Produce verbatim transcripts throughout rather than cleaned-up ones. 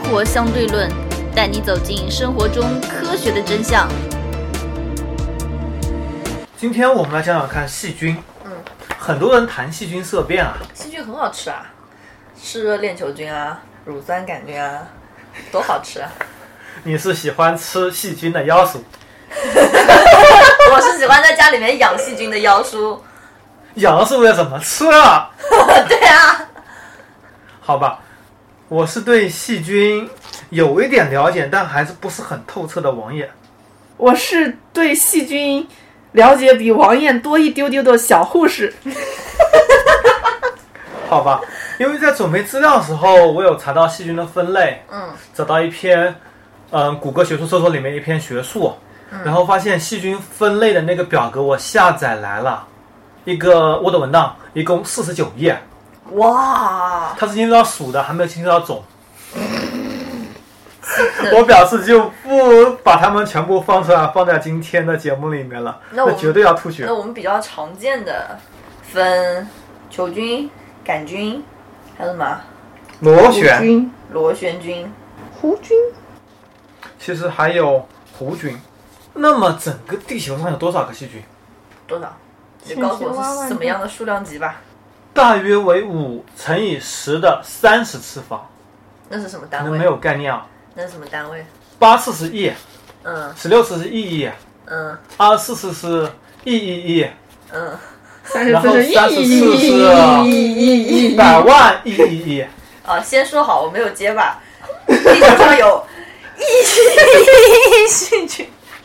活相对论，带你走进生活中科学的真相。 今天我们来讲讲看细菌。 嗯， 很多人谈细菌色变啊。 细菌很好吃啊，湿热链球菌啊，乳酸杆菌啊，多好吃啊！ 你是喜欢吃细菌的妖叔？ 我是喜欢在家里面养细菌的妖叔。 养是为了怎么吃啊？ 对啊。 好吧，我是对细菌有一点了解，但还是不是很透彻的王爷。 我是对细菌了解比王艳多一丢丢的小护士。 好吧，因为在准备资料的时候，我有查到细菌的分类， 嗯， 找到一篇，嗯，谷歌学术搜索里面一篇学术，嗯、然后发现细菌分类的那个表格我下载来了，一个 Word 文档，一共四十九页。 哇！ 它是清楚到属的，还没有清楚到种。我表示就不把它们全部放出来，放在今天的节目里面了，那, 那绝对要吐血。 那我们比较常见的分球菌、杆菌，还有什么？ 螺旋、 螺旋菌、 弧菌， 其实还有弧菌。那么整个地球上有多少个细菌？ 多少？你告诉我是什么样的数量级吧。 大约为五乘以十的三十次方。 那是什么单位？ 可能没有概念啊。 那是什么单位？ 八次是亿， 嗯， 十六次是亿亿， 嗯， 二十四次是亿亿亿， 嗯， 三十四是亿亿亿百万亿亿亿。 啊，先说好，我没有结巴。地球上有亿细菌，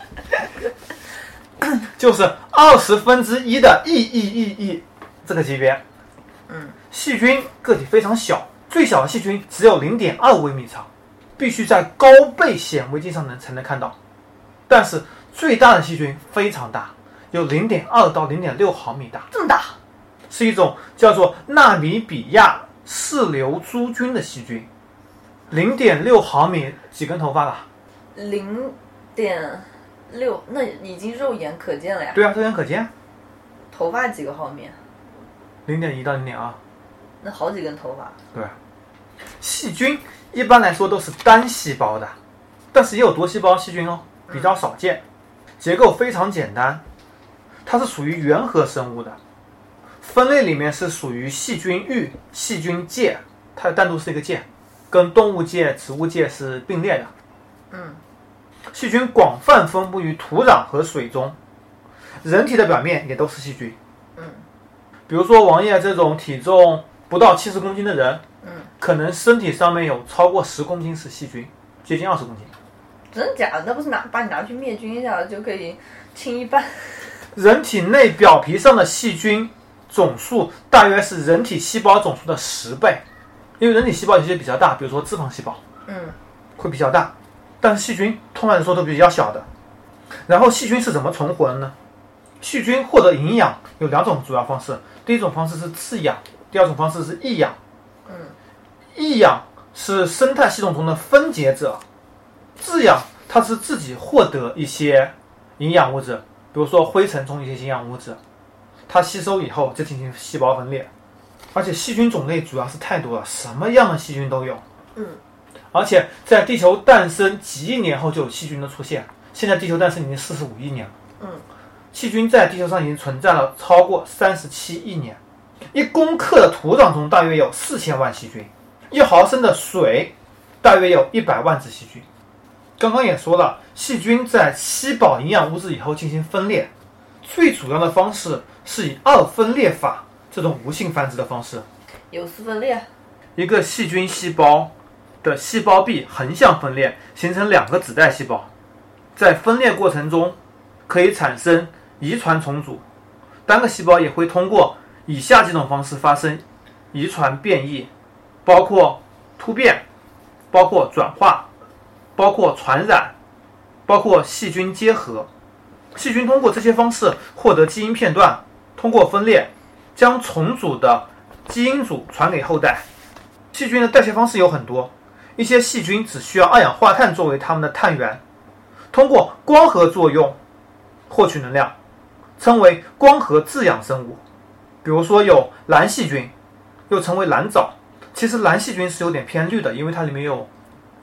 就是二十分之一的亿亿亿亿这个级别。 嗯， 细菌个体非常小，最小的细菌只有 零点二微米长。必须在高倍显微镜上能才能看到，但是最大的细菌非常大，有 零点二到 零点六毫米大， 这么大， 是一种叫做纳米比亚氏瘤珠菌的细菌。零点六毫米几根头发了？ 零点六，那已经肉眼可见了呀。 对啊，肉眼可见。 头发几个毫米？ 零点一到零点二。 那好几根头发。 对，细菌一般来说都是单细胞的，但是也有多细胞细菌哦，比较少见，结构非常简单，它是属于原核生物的，分类里面是属于细菌域、细菌界，它单独是一个界，跟动物界、植物界是并列的。 嗯， 细菌广泛分布于土壤和水中，人体的表面也都是细菌。 嗯， 比如说王爷这种体重不到七十公斤的人， 嗯， 可能身体上面有超过十公斤是细菌，接近二十公斤。 真假的？那不是拿把你拿去灭菌一下就可以清一半？ 人体内表皮上的细菌总数大约是人体细胞总数的十倍，因为人体细胞有些比较大，比如说脂肪细胞， 嗯， 会比较大，但是细菌通常来说都比较小的。然后细菌是怎么存活的呢？细菌获得营养有两种主要方式，第一种方式是自养，第二种方式是异养。 嗯， 异养是生态系统中的分解者，自养它是自己获得一些营养物质，比如说灰尘中一些营养物质，它吸收以后就进行细胞分裂。而且细菌种类主要是太多了，什么样的细菌都有。 嗯， 而且在地球诞生几亿年后就有细菌的出现，现在地球诞生已经四十五亿年了。 嗯， 细菌在地球上已经存在了超过三十七亿年。一公克的土壤中大约有四千万细菌，一毫升的水大约有一百万只细菌。刚刚也说了，细菌在吸饱营养物质以后进行分裂，最主要的方式是以二分裂法这种无性繁殖的方式。 有丝分裂。 一个细菌细胞的细胞壁横向分裂，形成两个子代细胞，在分裂过程中可以产生遗传重组，单个细胞也会通过以下几种方式发生遗传变异，包括突变，包括转化，包括传染，包括细菌结合。细菌通过这些方式获得基因片段，通过分裂将重组的基因组传给后代。细菌的代谢方式有很多，一些细菌只需要二氧化碳作为它们的碳源，通过光合作用获取能量，称为光合自养生物。比如说有蓝细菌，又称为蓝藻。其实蓝细菌是有点偏绿的，因为它里面有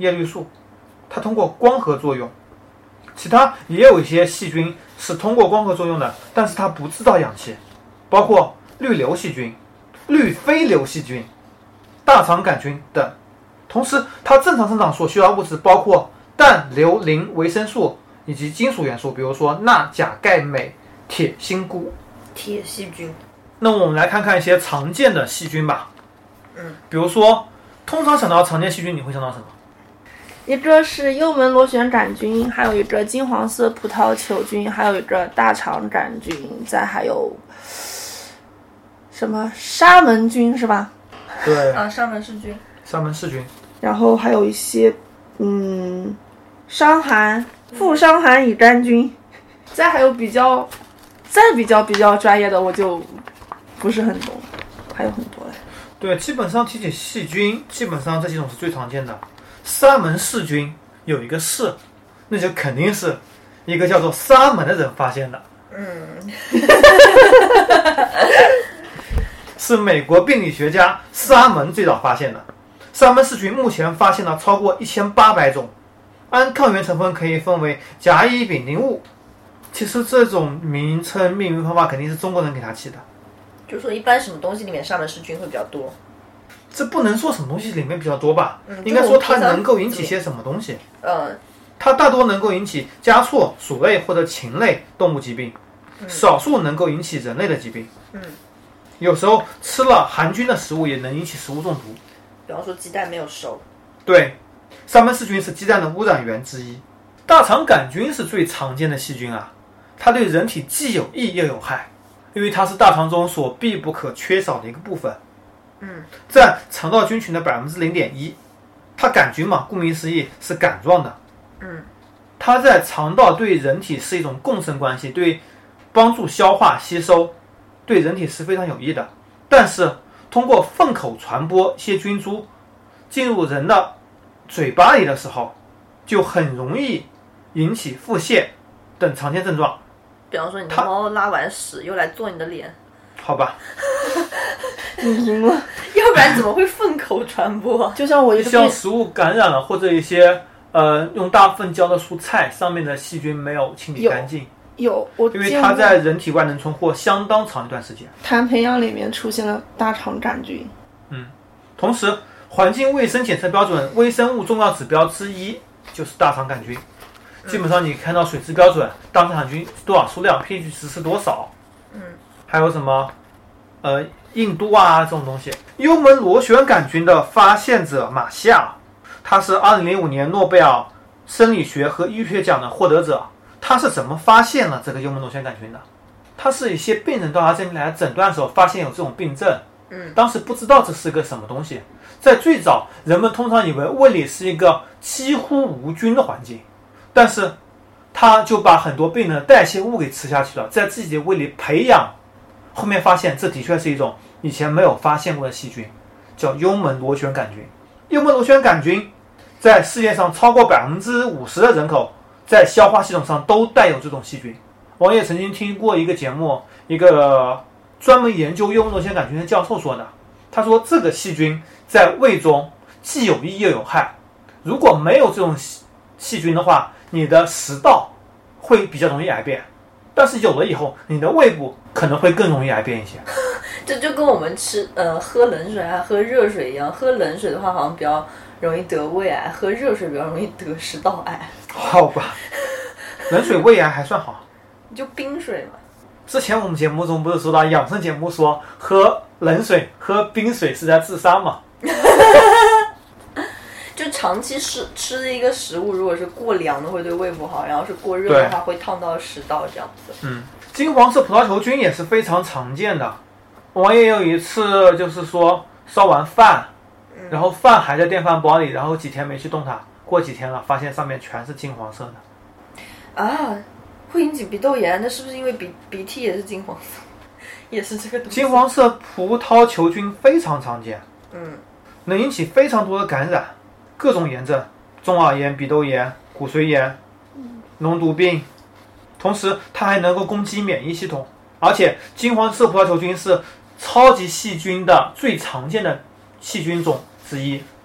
叶绿素，它通过光合作用。其他也有一些细菌是通过光合作用的，但是它不制造氧气，包括绿瘤细菌、绿非瘤细菌、大肠杆菌等。同时，它正常生长所需要物质包括氮、硫、磷、维生素以及金属元素，比如说钠、钾、钙、镁、铁、锌、钴。 铁细菌。 那我们来看看一些常见的细菌吧。 嗯， 比如说，通常想到常见细菌，你会想到什么？ 一个是幽门螺旋杆菌，还有一个金黄色葡萄球菌，还有一个大肠杆菌，再还有什么沙门菌是吧？ 对啊，沙门氏菌。 沙门氏菌。 然后还有一些嗯，伤寒、副伤寒乙肝菌，再还有比较，再比较比较专业的我就不是很懂，还有很多嘞。 对，基本上提起细菌，基本上这几种是最常见的。沙门氏菌有一个氏，那就肯定是一个叫做沙门的人发现的。 嗯， 是美国病理学家沙门最早发现的。沙门氏菌目前发现了超过一千八百种，按抗原成分可以分为甲乙丙丁戊。其实这种名称命名方法肯定是中国人给它起的。 就是说一般什么东西里面沙门氏菌会比较多？ 这不能说什么东西里面比较多吧， 嗯、 应该说它能够引起些什么东西。 呃， 它大多能够引起家畜、鼠类或者禽类动物疾病， 嗯、 少数能够引起人类的疾病。 嗯， 有时候吃了含菌的食物也能引起食物中毒。 比方说鸡蛋没有熟。 对，沙门氏菌是鸡蛋的污染源之一。大肠杆菌是最常见的细菌啊，它对人体既有益又有害，因为它是大肠中所必不可缺少的一个部分。 嗯， 占肠道菌群的百分之零点一。它杆菌嘛，顾名思义是杆状的。 嗯， 它在肠道对人体是一种共生关系，对帮助消化吸收，对人体是非常有益的。但是通过粪口传播，一些菌株进入人的嘴巴里的时候，就很容易引起腹泻等常见症状。 比方说你的猫拉完屎又来坐你的脸。 好吧， 你赢了。 要不然怎么会粪口传播？ 就像我一个像食物感染了，或者一些呃用大粪浇的蔬菜上面的细菌没有清理干净， 有我因为它在人体外能存活相当长一段时间。 痰培养里面出现了大肠杆菌。 嗯，同时环境卫生检测标准微生物重要指标之一就是大肠杆菌。基本上你看到水质标准，大肠杆菌多少数量 ，pH 值是多少， 嗯， 还有什么呃硬度啊这种东西。幽门螺旋杆菌的发现者马西亚，他是二零零五年诺贝尔生理学和医学奖的获得者。他是怎么发现了这个幽门螺旋杆菌的？他是一些病人到他这边来诊断的时候，发现有这种病症， 嗯， 当时不知道这是个什么东西。在最早，人们通常以为胃里是一个几乎无菌的环境，但是他就把很多病人的代谢物给吃下去了，在自己的胃里培养。后面发现这的确是一种以前没有发现过的细菌，叫幽门螺旋杆菌。幽门螺旋杆菌在世界上超过百分之五十的人口在消化系统上都带有这种细菌。王爷曾经听过一个节目，一个专门研究幽门螺旋杆菌的教授说的，他说这个细菌在胃中既有益又有害。如果没有这种细菌的话，你的食道会比较容易癌变，但是有了以后，你的胃部可能会更容易癌变一些。 这就跟我们吃呃喝冷水还喝热水一样，喝冷水的话好像比较容易得胃癌，喝热水比较容易得食道癌。 好吧，冷水胃癌还算好， 就冰水嘛。 之前我们节目中不是说到养生节目说喝冷水喝冰水是在自杀吗？ 就长期吃吃的一个食物，如果是过凉的会对胃不好，然后是过热的话会烫到食道这样子。 嗯，金黄色葡萄球菌也是非常常见的。我也有一次就是说烧完饭，然后饭还在电饭煲里，然后几天没去动它，过几天了发现上面全是金黄色的。 啊，会引起鼻窦炎，那是不是因为鼻鼻涕也是金黄色？也是这个东西。 金黄色葡萄球菌非常常见， 嗯， 能引起非常多的感染，各种炎症，中耳炎、鼻窦炎、骨髓炎、脓毒病，同时它还能够攻击免疫系统。而且金黄色葡萄球菌是超级细菌的最常见的细菌种之一，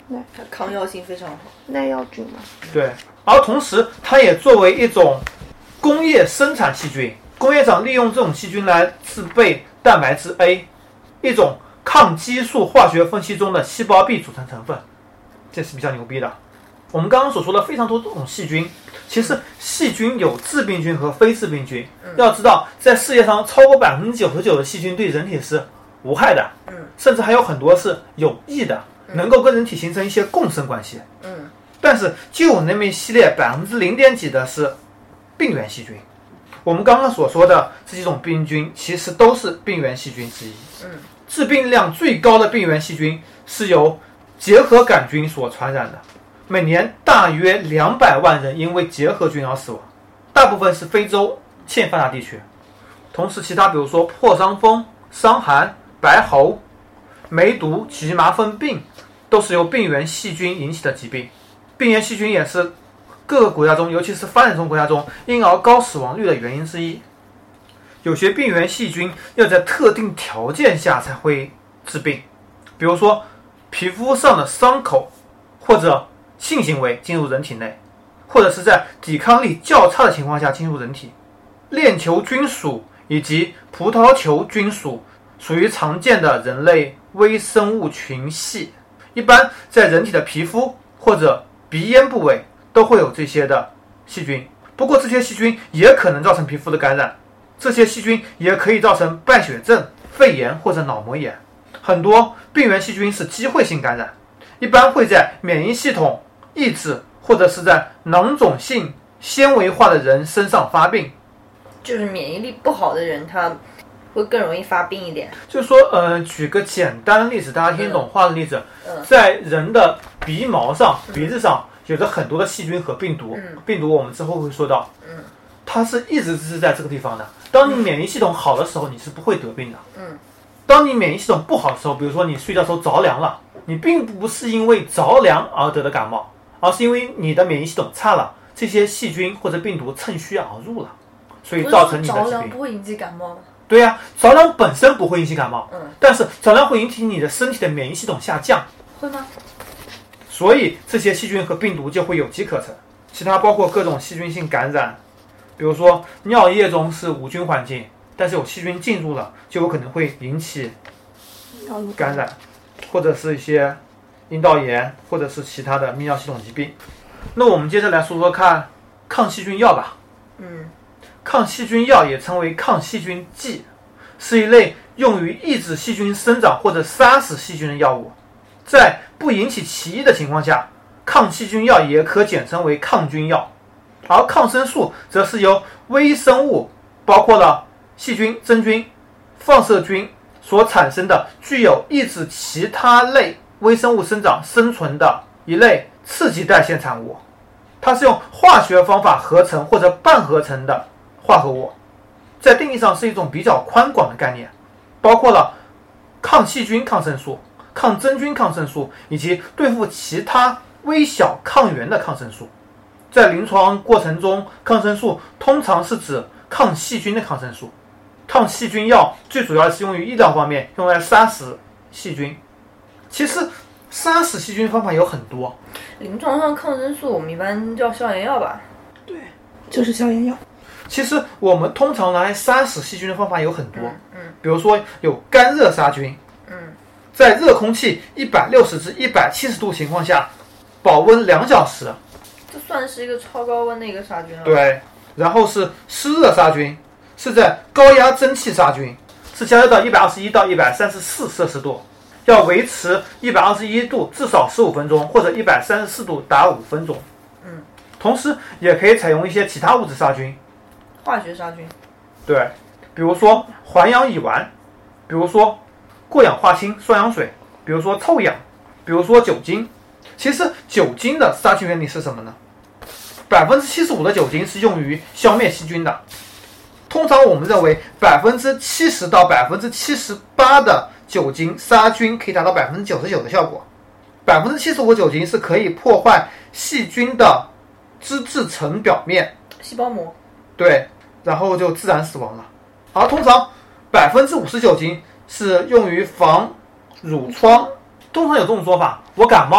它抗药性非常好， 耐药菌嘛。 对，而同时它也作为一种工业生产细菌，工业上利用这种细菌来制备蛋白质 A， 一种抗激素化学分析中的细胞壁组成成分，这是比较牛逼的。我们刚刚所说的非常多种细菌，其实细菌有致病菌和非致病菌。 嗯、 要知道，在世界上超过百分之九十九的细菌对人体是无害的， 嗯、 甚至还有很多是有益的，能够跟人体形成一些共生关系。 嗯， 但是就有那么一系列百分之零点几的是病原细菌。我们刚刚所说的这几种病菌，其实都是病原细菌之一。 嗯， 致病量最高的病原细菌是由结核杆菌所传染的。每年大约两百万人因为结核菌而死亡，大部分是非洲欠发达地区。同时，其他比如说破伤风、伤寒、白喉、梅毒、荨麻疹病，都是由病原细菌引起的疾病。病原细菌也是各个国家中，尤其是发展中国家中婴儿高死亡率的原因之一。有些病原细菌要在特定条件下才会致病，比如说皮肤上的伤口，或者性行为进入人体内，或者是在抵抗力较差的情况下进入人体。链球菌属以及葡萄球菌属属于常见的人类微生物群系，一般在人体的皮肤或者鼻咽部位都会有这些的细菌。不过这些细菌也可能造成皮肤的感染，这些细菌也可以造成败血症、肺炎或者脑膜炎。很多病原细菌是机会性感染，一般会在免疫系统抑制或者是在囊肿性纤维化的人身上发病。 就是免疫力不好的人，他会更容易发病一点。 就是说，呃，举个简单的例子，大家听懂话的例子， 嗯嗯、 在人的鼻毛上、鼻子上有着很多的细菌和病毒。 嗯、 病毒我们之后会说到， 嗯、 它是一直是在这个地方的。当你免疫系统好的时候，你是不会得病的。 嗯， 当你免疫系统不好的时候，比如说你睡觉时候着凉了，你并不是因为着凉而得的感冒，而是因为你的免疫系统差了，这些细菌或者病毒趁虚而入了，所以造成你的疾着病。 凉不会引起感冒吗？ 对呀、啊，着凉本身不会引起感冒， 嗯， 但是着凉会引起你的身体的免疫系统下降。 会吗？ 所以这些细菌和病毒就会有机可乘。其他包括各种细菌性感染，比如说尿液中是无菌环境，但是有细菌进入了，就有可能会引起感染，或者是一些阴道炎，或者是其他的泌尿系统疾病。那我们接着来说说看抗细菌药吧。 嗯， 抗细菌药也称为抗细菌剂，是一类用于抑制细菌生长或者杀死细菌的药物。在不引起歧义的情况下，抗细菌药也可简称为抗菌药。而抗生素则是由微生物，包括了细菌、真菌、放射菌所产生的具有抑制其他类微生物生长生存的一类刺激代谢产物。它是用化学方法合成或者半合成的化合物，在定义上是一种比较宽广的概念，包括了抗细菌抗生素、抗真菌抗生素以及对付其他微小抗原的抗生素。在临床过程中，抗生素通常是指抗细菌的抗生素。抗细菌药最主要是用于医疗方面，用来杀死细菌。其实杀死细菌方法有很多， 临床上抗生素我们一般叫消炎药吧？ 对，就是消炎药。 其实我们通常拿来杀死细菌的方法有很多， 嗯，嗯比如说有干热杀菌， 嗯， 在热空气一百六十至一百七十度情况下，保温两小时。 这算是一个超高温的一个杀菌了。 对，然后是湿热杀菌，是在高压蒸汽杀菌，是加热到一百二十一到一百三十四摄氏度，要维持一百二十一度至少十五分钟，或者一百三十四度达五分钟。 嗯， 同时也可以采用一些其他物质杀菌， 化学杀菌。 对，比如说环氧乙烷，比如说过氧化氢双氧水，比如说臭氧，比如说酒精。其实酒精的杀菌原理是什么呢？百分之七十五的酒精是用于消灭细菌的。通常我们认为百分之七十到百分之七十八的酒精杀菌可以达到百分之九十九的效果。百分之七十五的酒精是可以破坏细菌的脂质层表面， 细胞膜。 对，然后就自然死亡了。而通常百分之五十酒精是用于防褥疮。通常有这种说法，我感冒了，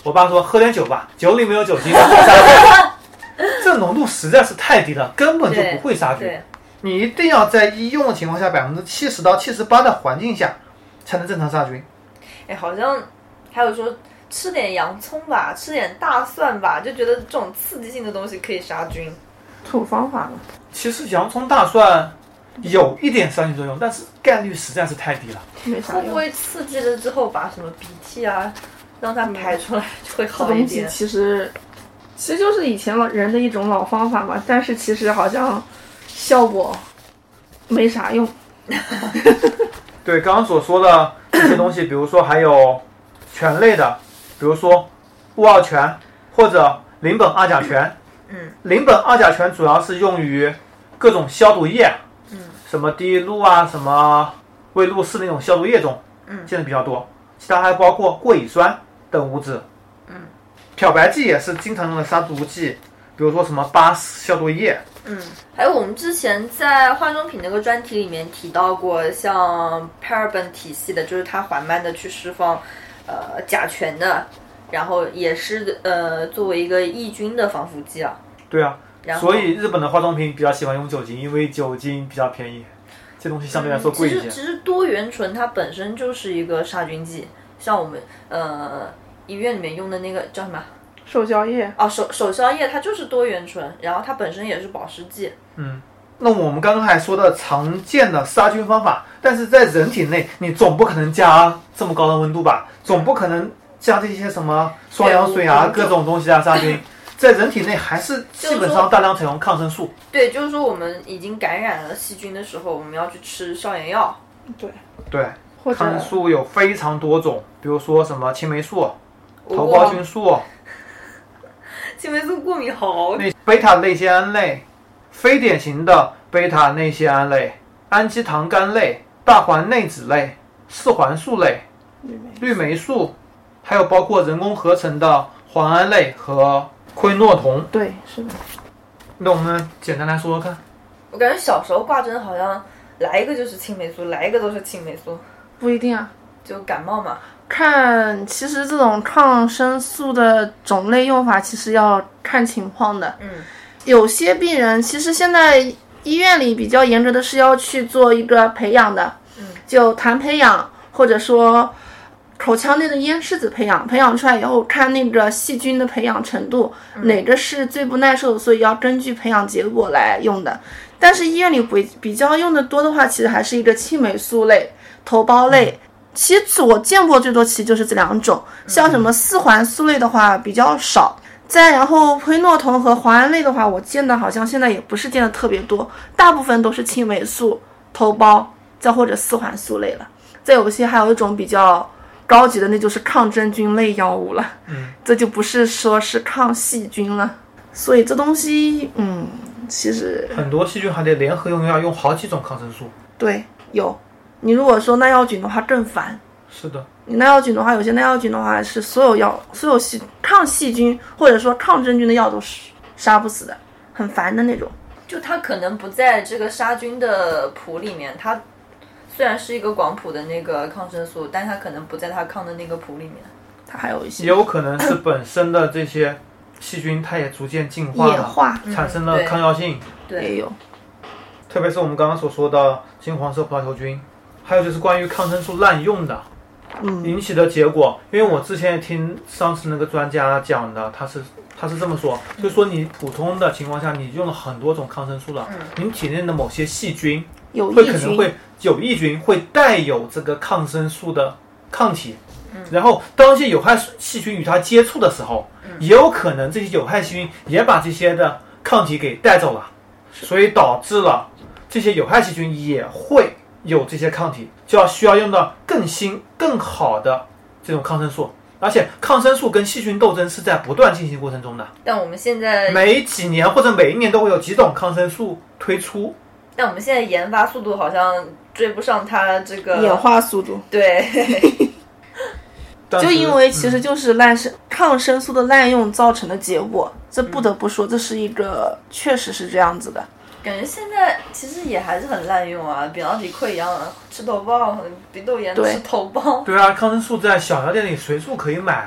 我爸说喝点酒吧，酒里没有酒精，杀菌。这浓度实在是太低了，根本就不会杀菌。你一定要在医用的情况下，百分之七十到七十八的环境下，才能正常杀菌。 哎，好像还有说吃点洋葱吧，吃点大蒜吧，就觉得这种刺激性的东西可以杀菌。 土方法嘛。 其实洋葱、大蒜有一点杀菌作用，但是概率实在是太低了。 会不会刺激了之后把什么鼻涕啊让它排出来就会好一点？ 这东西其实其实就是以前老人的一种老方法嘛，但是其实好像效果没啥用。 对，刚刚所说的这些东西，比如说还有醛类的，比如说戊二醛或者邻苯二甲醛。 嗯， 邻苯二甲醛主要是用于各种消毒液， 嗯， 什么滴露啊，什么卫露士那种消毒液中， 嗯， 见的比较多。其他还包括过乙酸等物质， 嗯， 漂白剂也是经常用的杀毒剂，比如说什么巴斯消毒液， 嗯，还有我们之前在化妆品那个专题里面提到过，像 paraben 体系的，就是它缓慢的去释放呃甲醛的，然后也是呃作为一个抑菌的防腐剂啊。 对啊， 然后所以日本的化妆品比较喜欢用酒精，因为酒精比较便宜，这东西相对来说贵一些。 嗯、其实其实多元醇它本身就是一个杀菌剂，像我们呃医院里面用的那个叫什么？ 手消液哦，手手消液它就是多元醇，然后它本身也是保湿剂。 嗯，那我们刚刚还说的常见的杀菌方法，但是在人体内，你总不可能加这么高的温度吧？总不可能加这些什么双氧水啊，各种东西啊杀菌。在人体内还是基本上大量采用抗生素。 对，就是说我们已经感染了细菌的时候，我们要去吃消炎药。 对对，抗生素有非常多种，比如说什么青霉素、头孢菌素。 青霉素过敏好。 贝塔类酰胺类、非典型的贝塔内酰胺类、氨基糖苷类、大环内酯类、四环素类、氯霉素，还有包括人工合成的磺胺类和喹诺酮。 对，是的。 那我们简单来说说看。 我感觉小时候挂针好像来一个就是青霉素，来一个都是青霉素。 不一定啊， 就感冒嘛。 看，其实这种抗生素的种类用法其实要看情况的。 嗯， 有些病人其实现在医院里比较严格的是要去做一个培养的， 嗯， 就痰培养或者说口腔内的咽拭子培养，培养出来以后看那个细菌的培养程度， 嗯、 哪个是最不耐受，所以要根据培养结果来用的。但是医院里比比较用的多的话，其实还是一个青霉素类、头孢类。嗯，其实我见过最多其实就是这两种，像什么四环素类的话比较少，再然后喹诺酮和磺胺类的话，我见的好像现在也不是见的特别多，大部分都是青霉素、头孢，再或者四环素类了。再有些还有一种比较高级的，那就是抗真菌类药物了， 嗯， 这就不是说是抗细菌了。所以这东西，嗯，其实很多细菌还得联合用药，用好几种抗生素。 对，有。你如果说耐药菌的话更烦。 是的， 你耐药菌的话，有些耐药菌的话是所有药、所有细抗细菌或者说抗真菌的药都是杀不死的，很烦的那种。 就它可能不在这个杀菌的谱里面，它虽然是一个广谱的那个抗生素，但它可能不在它抗的那个谱里面。 它还有一些， 也有可能是本身的这些细菌，它也逐渐进化了， 演化产生了抗药性。 对， 也有。 特别是我们刚刚所说的金黄色葡萄球菌。还有就是关于抗生素滥用的引起的结果，因为我之前也听上次那个专家讲的，他是他是这么说，就是说你普通的情况下，你用了很多种抗生素了，你体内的某些细菌会可能会有益菌会带有这个抗生素的抗体，然后当这些有害细菌与它接触的时候，也有可能这些有害细菌也把这些的抗体给带走了，所以导致了这些有害细菌也会有这些抗体，就要需要用到更新更好的这种抗生素，而且抗生素跟细菌斗争是在不断进行过程中的。 但我们现在每几年或者每一年都会有几种抗生素推出， 但我们现在研发速度好像追不上它这个演化速度。 对， 就因为其实就是滥生、嗯、抗生素的滥用造成的结果，这不得不说，这是一个确实是这样子的。 感觉现在其实也还是很滥用啊，比方迪克一样啊，吃头孢，鼻窦炎吃头孢。 对啊，抗生素在小药店里随处可以买啊。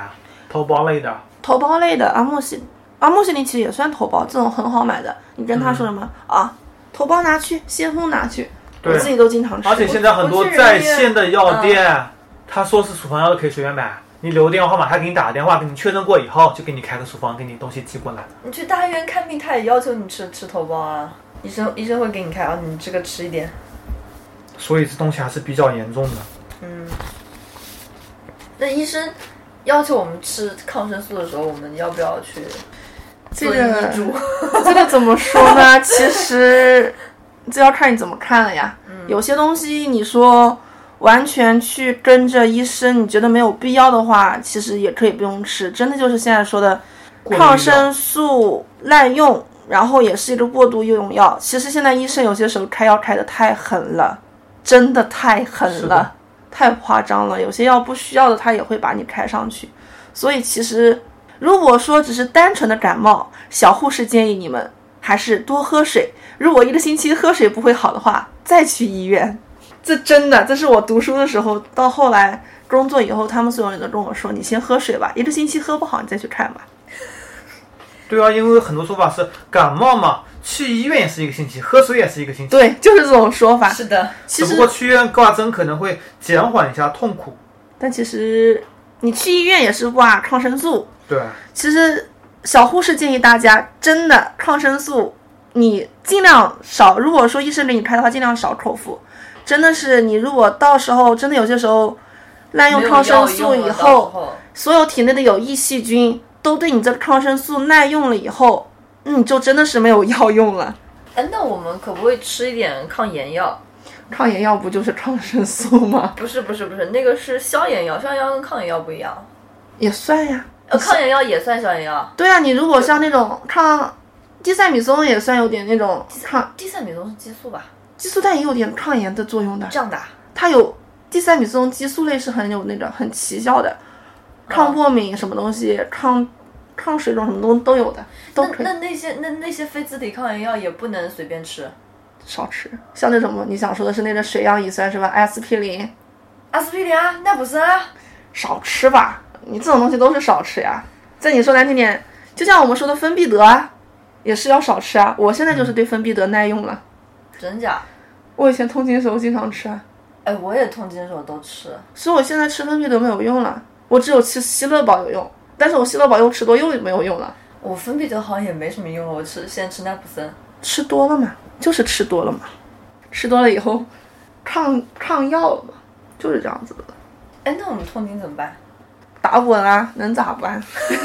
头孢类的， 头孢类的阿莫西阿莫西林其实也算头孢，这种很好买的。你跟他说什么、嗯、啊？头孢拿去，先锋拿去，我自己都经常吃。 而且现在很多在线的药店，嗯、他说是处方药都可以随便买。你留电话号码，他给你打个电话，给你确认过以后，就给你开个处方，给你东西寄过来。 你去大医院看病，他也要求你吃吃头孢啊，医生医生会给你开啊，你这个吃一点。 所以这东西还是比较严重的。 嗯，那医生要求我们吃抗生素的时候，我们要不要去做医嘱？ 这个这个怎么说呢？其实这要看你怎么看了呀。嗯、有些东西你说完全去跟着医生，你觉得没有必要的话，其实也可以不用吃。真的就是现在说的抗生素滥用，然后也是一个过度用药。其实现在医生有些时候开药开得太狠了，真的太狠了，太夸张了。有些药不需要的他也会把你开上去。所以其实如果说只是单纯的感冒，小护士建议你们还是多喝水。如果一个星期喝水不会好的话，再去医院。这真的，这是我读书的时候，到后来工作以后，他们所有人都跟我说，你先喝水吧，一个星期喝不好你再去看吧。 对啊，因为很多说法是感冒嘛，去医院也是一个星期，喝水也是一个星期。 对，就是这种说法。 是的， 只不过去医院挂针可能会减缓一下痛苦， 但其实你去医院也是挂抗生素。 对， 其实小护士建议大家，真的抗生素你尽量少，如果说医生给你开的话，尽量少口服。真的是你如果到时候真的有些时候滥用抗生素以后，所有体内的有益细菌都对你这个抗生素耐用了以后，你就真的是没有药用了。 哎，那我们可不可以吃一点抗炎药？ 抗炎药不就是抗生素吗？ 不是不是不是，那个是消炎药，消炎药跟抗炎药不一样。 也算呀， 呃，抗炎药也算消炎药。 对啊，你如果像那种抗地塞米松也算有点那种抗， 地塞米松是激素吧？ 激素它也有点抗炎的作用的。 这样的， 它有地塞米松激素类是很有那个很奇效的，抗过敏什么东西，抗抗水肿什么东西都有的，都可以。 那那那些那那些非甾体抗炎药也不能随便吃， 少吃。像那什么你想说的是那个水杨乙酸是吧？阿司匹林， 阿司匹林啊，那不是啊， 少吃吧。你这种东西都是少吃呀。在你说难听点，就像我们说的芬必得啊，也是要少吃啊。我现在就是对芬必得耐用了。 真假？ 我以前痛经的时候经常吃啊。 哎，我也痛经的时候都吃。 所以我现在吃芬必得没有用了，我只有吃希乐宝有用，但是我希乐宝又吃多又没有用了。 我芬必得好像也没什么用了，我吃现在吃奈普森。 吃多了嘛，就是吃多了嘛，吃多了以后抗抗药了嘛，就是这样子的。 哎，那我们痛经怎么办？ 打稳啊，能咋办？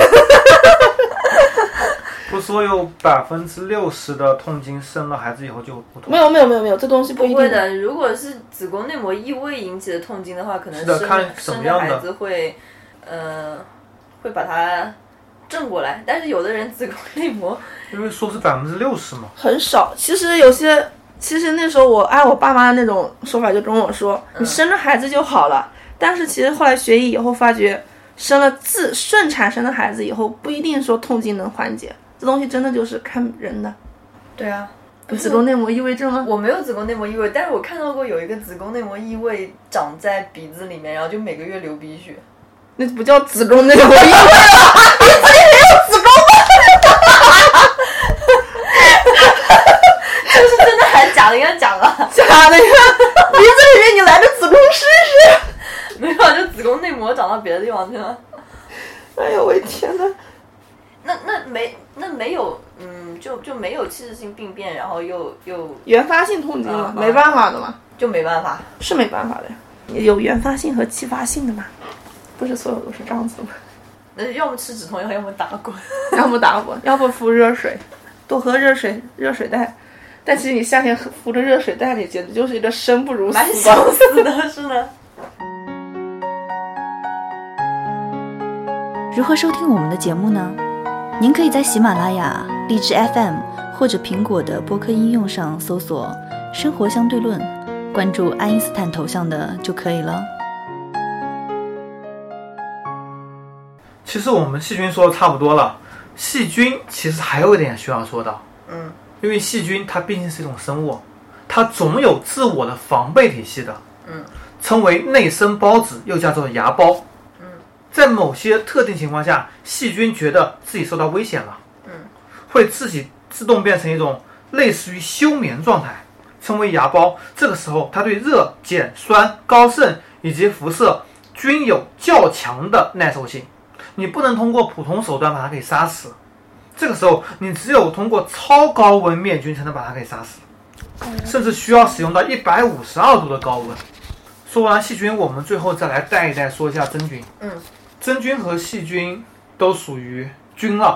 不说有百分之六十的痛经生了孩子以后就不痛。 没有没有没有没有，这东西不一定。 不会的，如果是子宫内膜异位引起的痛经的话，可能生生的孩子会，呃，会把它正过来。但是有的人子宫内膜， 因为说是百分之六十嘛， 很少。其实有些，其实那时候我按我爸妈那种说法就跟我说，你生了孩子就好了。嗯、但是其实后来学医以后发觉，生了自顺产生的孩子以后，不一定说痛经能缓解。这东西真的就是看人的。 对啊， 你子宫内膜异位症吗？ 我没有子宫内膜异位，但是我看到过有一个子宫内膜异位长在鼻子里面，然后就每个月流鼻血。 那不叫子宫内膜异位了，鼻子里没有子宫吗？ 这是真的还是假的？应该讲了。 假的呀！鼻子里面你来个子宫试试。没有，就子宫内膜长到别的地方去了。 哎呦我的天哪！ 那那没那没有嗯就就没有器质性病变，然后又又原发性痛经了、嗯、没办法的嘛， 就没办法， 是没办法的呀，有原发性和继发性的嘛，不是所有都是这样子的嘛。 那要么吃止痛药，要么打滚， 要么打滚，要不敷热水，多喝热水热水袋。但其实你夏天敷着热水袋里，简直就是一个生不如死， 蛮想死的，是的。 如何收听我们的节目呢？您可以在喜马拉雅、荔枝 F M 或者苹果的播客应用上搜索“生活相对论”，关注爱因斯坦头像的就可以了。 其实我们细菌说的差不多了，细菌其实还有一点需要说的， 嗯， 因为细菌它毕竟是一种生物，它总有自我的防备体系的， 嗯， 称为内生孢子，又叫做芽孢。 在某些特定情况下，细菌觉得自己受到危险了， 嗯， 会自己自动变成一种类似于休眠状态，称为芽孢。这个时候，它对热、碱、酸、高渗以及辐射均有较强的耐受性，你不能通过普通手段把它给杀死。这个时候，你只有通过超高温灭菌才能把它给杀死，甚至需要使用到一百五十二度的高温。说完细菌，我们最后再来带一带说一下真菌。 嗯， 真菌和细菌都属于菌了。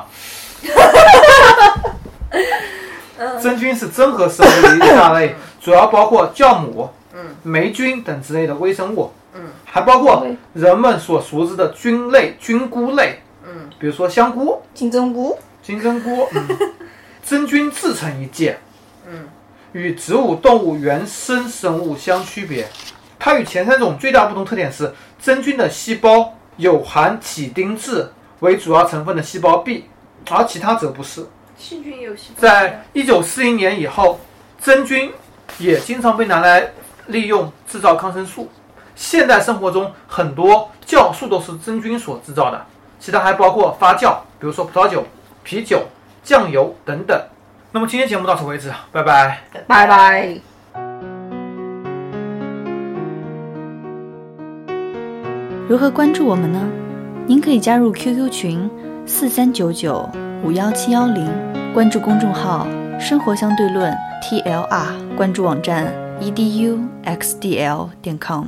真菌是真核生物的一大类，主要包括酵母、 嗯、 霉菌等之类的微生物， 嗯， 还包括人们所熟知的菌类、菌菇类， 嗯， 比如说香菇、 金针菇、 金针菇。嗯，真菌自成一界， 嗯， 与植物、动物原生生物相区别。它与前三种最大不同特点是，真菌的细胞有含体丁质为主要成分的细胞壁，而其他则不是。 细菌也有细胞。 在一九四零年以后，真菌也经常被拿来利用制造抗生素。现代生活中很多酵素都是真菌所制造的，其他还包括发酵，比如说葡萄酒、啤酒、酱油等等。那么今天节目到此为止，拜拜， 拜拜。 如何关注我们呢？您可以加入 Q Q 群四三九九五幺七幺零，关注公众号生活相对论 T L R， 关注网站 e d u x d l 点 com。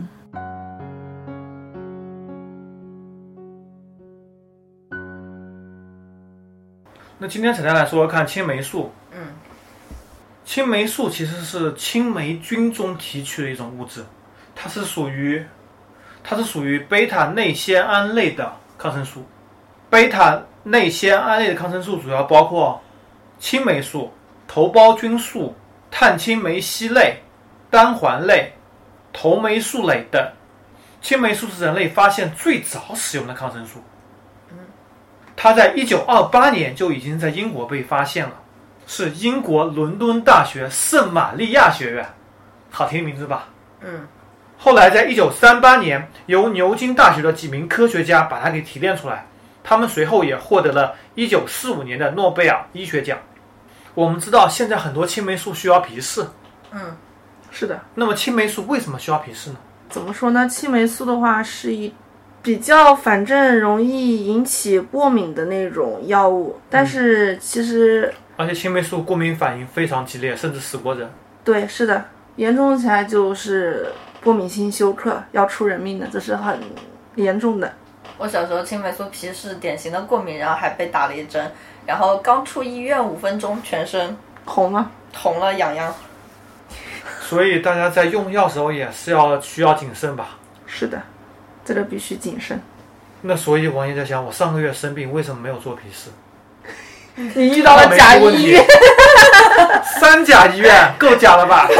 那今天简单来说看青霉素。 嗯， 青霉素其实是青霉菌中提取的一种物质，它是属于它是属于贝塔内酰胺类的抗生素。贝塔内酰胺类的抗生素主要包括青霉素、头孢菌素、碳青霉烯类、单环类、头霉素类等。青霉素是人类发现最早使用的抗生素，它在一九二八年就已经在英国被发现了，是英国伦敦大学圣玛利亚学院，好听名字吧？ 嗯。 后来在一九三八年，由牛津大学的几名科学家把它给提炼出来，他们随后也获得了一九四五年的诺贝尔医学奖。我们知道现在很多青霉素需要皮试， 嗯， 是的。 那么青霉素为什么需要皮试呢？ 怎么说呢？青霉素的话是一比较反正容易引起过敏的那种药物，但是其实、 嗯、而且青霉素过敏反应非常激烈，甚至死过人。 对，是的，严重起来就是过敏性休克，要出人命的，这是很严重的。 我小时候青霉素皮是典型的过敏，然后还被打了一针，然后刚出医院五分钟全身红了， 红了，痒痒。 所以大家在用药时候也是要需要谨慎吧？ 是的，这个必须谨慎。 那所以王爷在想，我上个月生病为什么没有做皮试？ 你遇到了假医院， 三甲医院够假了吧？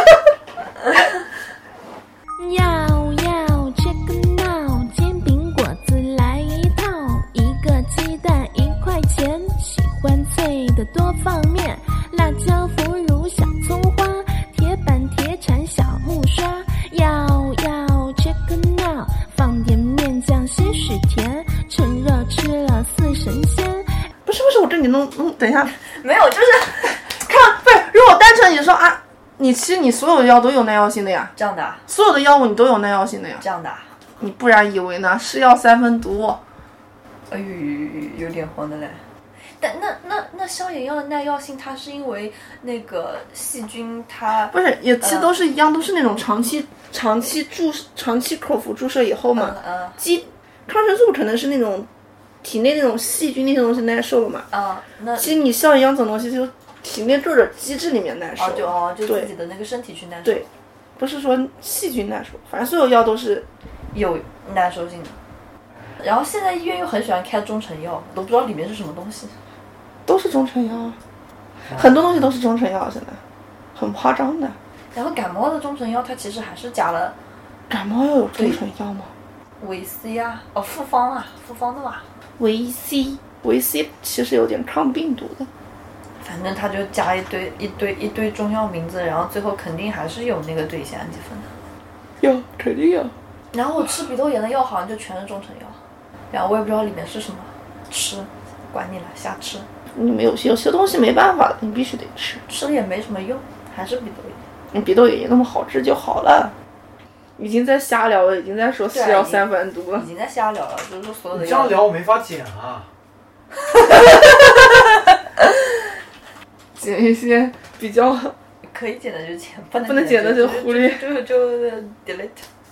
要要 check now， 煎饼果子来一套，一个鸡蛋一块钱，喜欢脆的多放面，辣椒腐乳小葱花，铁板铁铲小木刷。要要 check now， 放点面酱些许甜，趁热吃了似神仙。 不是不是，我这里弄弄，等一下， 没有，就是看，不是，如果单纯你说啊。你其实你所有的药都有耐药性的呀， 这样的、啊， 所有的药物你都有耐药性的呀， 这样的、啊， 你不然以为呢？是药三分毒， 哎呦，有点黄的嘞。但那那那消炎药的耐药性，它是因为那个细菌它不是也其实都是一样，呃、都是那种长期长期注长期口服注射以后嘛， 嗯嗯， 基抗生素可能是那种体内那种细菌那些东西耐受了嘛， 啊、嗯，那其实你消炎药这种东西就。体内各种机制里面耐受， 哦就哦就自己的那个身体去耐受， 对，不是说细菌耐受，反正所有药都是有耐受性的。然后现在医院又很喜欢开中成药，都不知道里面是什么东西， 都是中成药啊，很多东西都是中成药，现在很夸张的。 然后感冒的中成药它其实还是加了， 感冒药有中成药吗？ 维 C 啊，哦复方啊，复方的吧， 维 C， 维 C 其实有点抗病毒的。 反正他就加一堆一堆一堆中药名字，然后最后肯定还是有那个对乙酰氨基酚的。 有，肯定有。 然后我吃鼻窦炎的药好像就全是中成药。 然后我也不知道里面是什么，吃，管你了，瞎吃。 你没有些有些东西没办法，你必须得吃， 吃了也没什么用，还是鼻窦炎。 你鼻窦炎那么好治就好了。已经在瞎聊了，已经在说西药三分毒了， 已经在瞎聊了，就是说所有的你这样聊我没法剪啊。 剪一些比较可以剪的就剪，不能不能剪的就忽略， 就就就 delete。